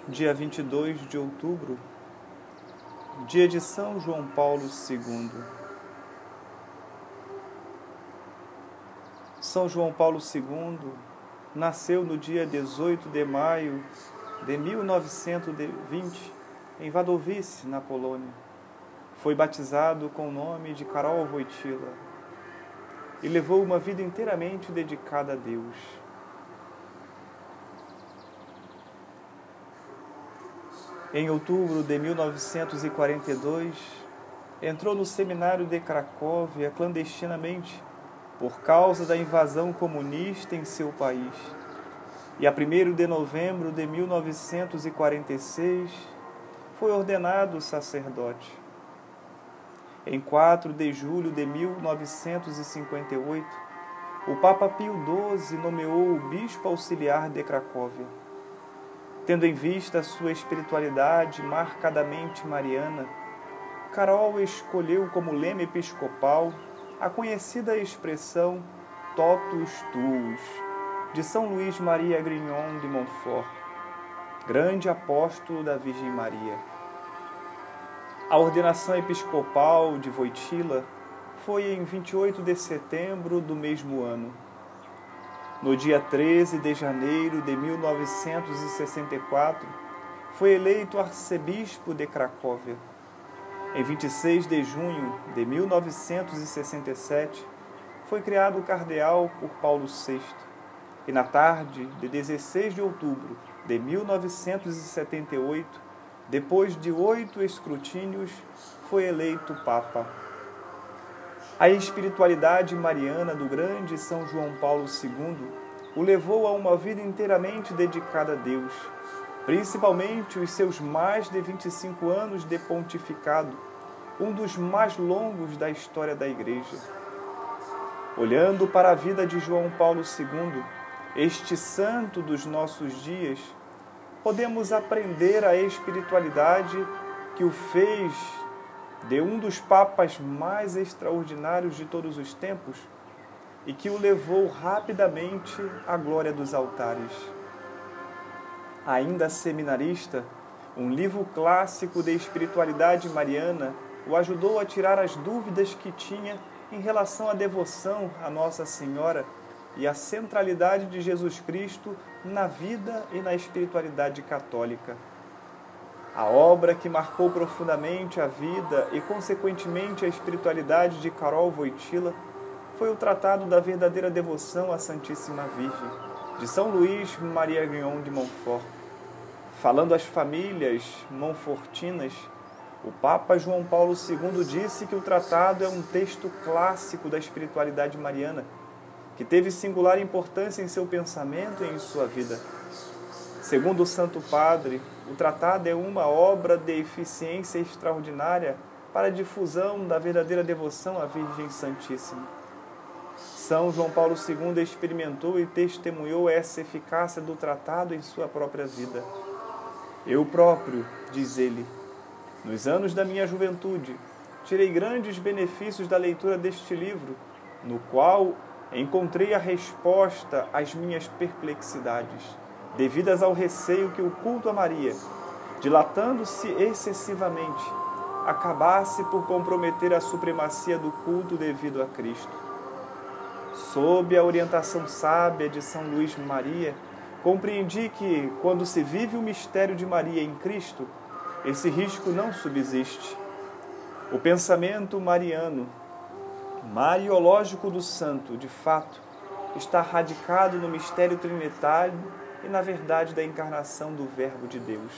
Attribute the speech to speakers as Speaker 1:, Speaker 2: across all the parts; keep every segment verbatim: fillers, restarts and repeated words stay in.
Speaker 1: dia vinte e dois de outubro, dia de São João Paulo segundo. São João Paulo segundo nasceu no dia dezoito de maio de mil novecentos e vinte em Wadowice, na Polônia. Foi batizado com o nome de Karol Wojtyła e levou uma vida inteiramente dedicada a Deus. Em outubro de mil novecentos e quarenta e dois, entrou no seminário de Cracóvia clandestinamente por causa da invasão comunista em seu país. E a primeiro de novembro de mil novecentos e quarenta e seis, foi ordenado sacerdote. Em quatro de julho de mil novecentos e cinquenta e oito, o Papa Pio doze nomeou o bispo auxiliar de Cracóvia. Tendo em vista sua espiritualidade marcadamente mariana, Karol escolheu como lema episcopal a conhecida expressão Totus Tuus, de São Luís Maria Grignon de Montfort, grande apóstolo da Virgem Maria. A ordenação episcopal de Wojtyła foi em vinte e oito de setembro do mesmo ano. No dia treze de janeiro de mil novecentos e sessenta e quatro, foi eleito arcebispo de Cracóvia. Em vinte e seis de junho de mil novecentos e sessenta e sete, foi criado cardeal por Paulo sexto. E na tarde de dezesseis de outubro de mil novecentos e setenta e oito, depois de oito escrutínios, foi eleito Papa. A espiritualidade mariana do grande São João Paulo segundo o levou a uma vida inteiramente dedicada a Deus, principalmente os seus mais de vinte e cinco anos de pontificado, um dos mais longos da história da Igreja. Olhando para a vida de João Paulo segundo, este santo dos nossos dias, podemos aprender a espiritualidade que o fez de um dos papas mais extraordinários de todos os tempos e que o levou rapidamente à glória dos altares. Ainda seminarista, um livro clássico de espiritualidade mariana o ajudou a tirar as dúvidas que tinha em relação à devoção a Nossa Senhora e à centralidade de Jesus Cristo na vida e na espiritualidade católica. A obra que marcou profundamente a vida e, consequentemente, a espiritualidade de Karol Wojtyła foi o Tratado da Verdadeira Devoção à Santíssima Virgem, de São Luís Maria Grignon de Montfort. Falando às famílias montfortinas, o Papa João Paulo segundo disse que o tratado é um texto clássico da espiritualidade mariana, que teve singular importância em seu pensamento e em sua vida. Segundo o Santo Padre, o tratado é uma obra de eficiência extraordinária para a difusão da verdadeira devoção à Virgem Santíssima. São João Paulo segundo experimentou e testemunhou essa eficácia do tratado em sua própria vida. Eu próprio, diz ele, nos anos da minha juventude, tirei grandes benefícios da leitura deste livro, no qual encontrei a resposta às minhas perplexidades, devidas ao receio que o culto a Maria, dilatando-se excessivamente, acabasse por comprometer a supremacia do culto devido a Cristo. Sob a orientação sábia de São Luís Maria, compreendi que, quando se vive o mistério de Maria em Cristo, esse risco não subsiste. O pensamento mariano, mariológico do santo, de fato, está radicado no mistério trinitário e na verdade da encarnação do Verbo de Deus.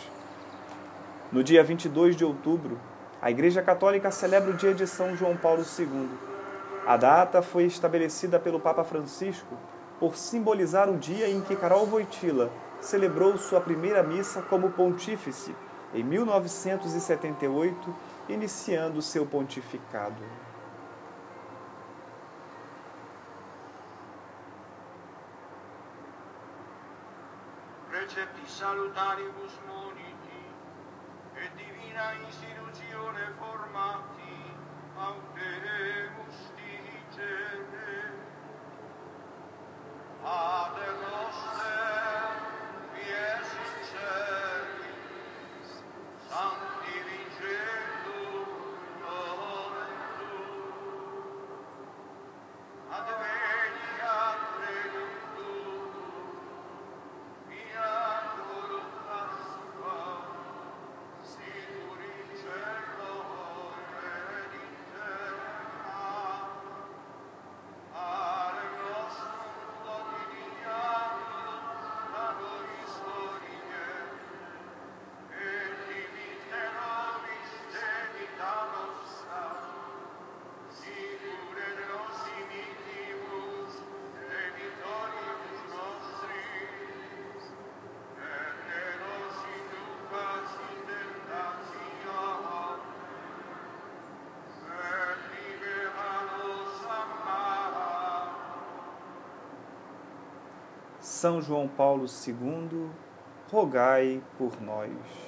Speaker 1: No dia vinte e dois de outubro, a Igreja Católica celebra o dia de São João Paulo segundo. A data foi estabelecida pelo Papa Francisco por simbolizar o dia em que Karol Wojtyła celebrou sua primeira missa como pontífice, em mil novecentos e setenta e oito, iniciando seu pontificado.
Speaker 2: Precepti salutaribus moniti, et divina institutione formati, audemus dicere. Pater noster, qui es in celi,
Speaker 1: São João Paulo segundo, rogai por nós.